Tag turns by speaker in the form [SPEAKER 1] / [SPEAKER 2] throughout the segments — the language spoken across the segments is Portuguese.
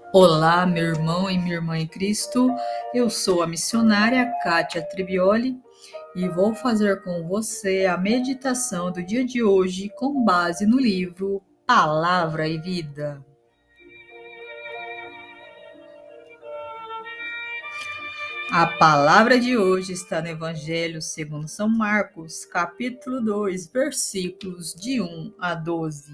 [SPEAKER 1] Olá, meu irmão e minha irmã em Cristo. Eu sou a missionária Kátia Tribioli e vou fazer com você a meditação do dia de hoje com base no livro Palavra e Vida. A palavra de hoje está no Evangelho segundo São Marcos, capítulo 2, versículos de 1 a 12.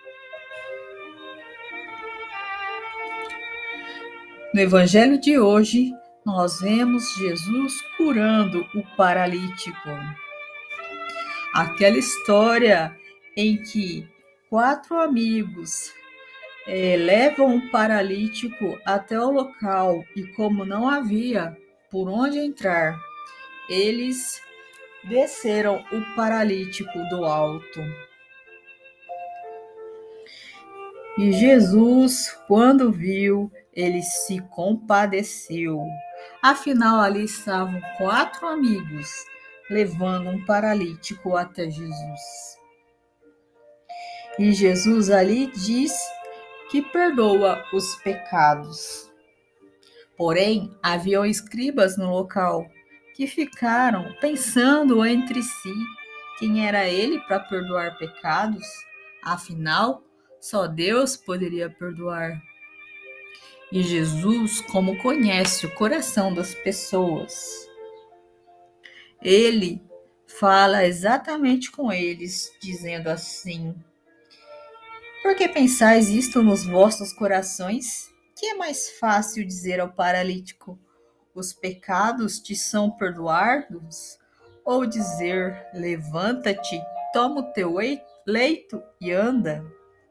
[SPEAKER 1] No Evangelho de hoje, nós vemos Jesus curando o paralítico. Aquela história em que 4 amigos levam um paralítico até o local e, como não havia por onde entrar, eles desceram o paralítico do alto. E Jesus, quando viu, ele se compadeceu. Afinal, ali estavam 4 amigos levando um paralítico até Jesus. E Jesus ali diz que perdoa os pecados. Porém, haviam escribas no local que ficaram pensando entre si quem era ele para perdoar pecados. Afinal, só Deus poderia perdoar. E Jesus, como conhece o coração das pessoas, ele fala exatamente com eles, dizendo assim: por que pensais isto nos vossos corações? Que é mais fácil dizer ao paralítico: os pecados te são perdoados? Ou dizer: levanta-te, toma o teu leito e anda?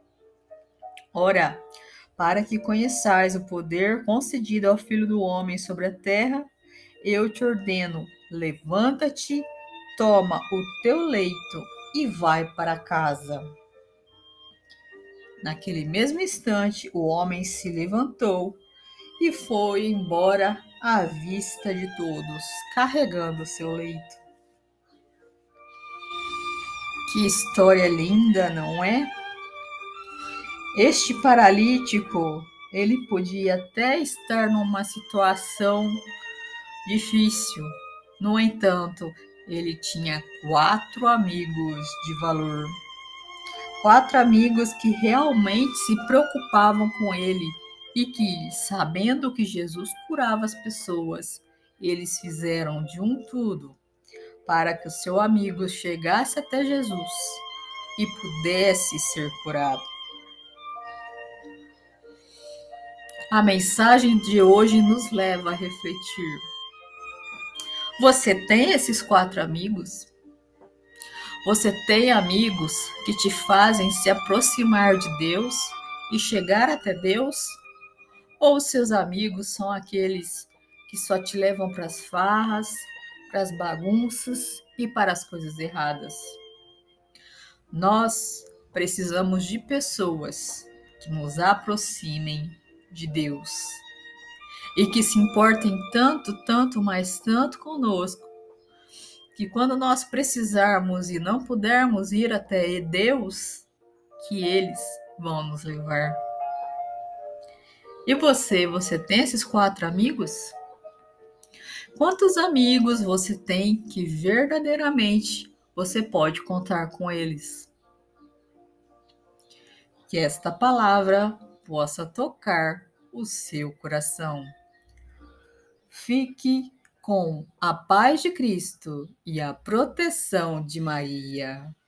[SPEAKER 1] Ora, para que conheçais o poder concedido ao Filho do Homem sobre a terra, eu te ordeno: levanta-te, toma o teu leito e vai para casa. Naquele mesmo instante, o homem se levantou e foi embora à vista de todos, carregando seu leito. Que história linda, não é? Este paralítico, ele podia até estar numa situação difícil. No entanto, ele tinha 4 amigos de valor. 4 amigos que realmente se preocupavam com ele e que, sabendo que Jesus curava as pessoas, eles fizeram de um tudo para que o seu amigo chegasse até Jesus e pudesse ser curado. A mensagem de hoje nos leva a refletir. Você tem esses 4 amigos? Você tem amigos que te fazem se aproximar de Deus e chegar até Deus? Ou seus amigos são aqueles que só te levam para as farras, para as bagunças e para as coisas erradas? Nós precisamos de pessoas que nos aproximem de Deus e que se importem tanto, mas tanto conosco, que quando nós precisarmos e não pudermos ir até Deus, que eles vão nos levar. E você tem esses 4 amigos? Quantos amigos você tem que verdadeiramente você pode contar com eles? Que esta palavra possa tocar o seu coração. Fique com a paz de Cristo e a proteção de Maria.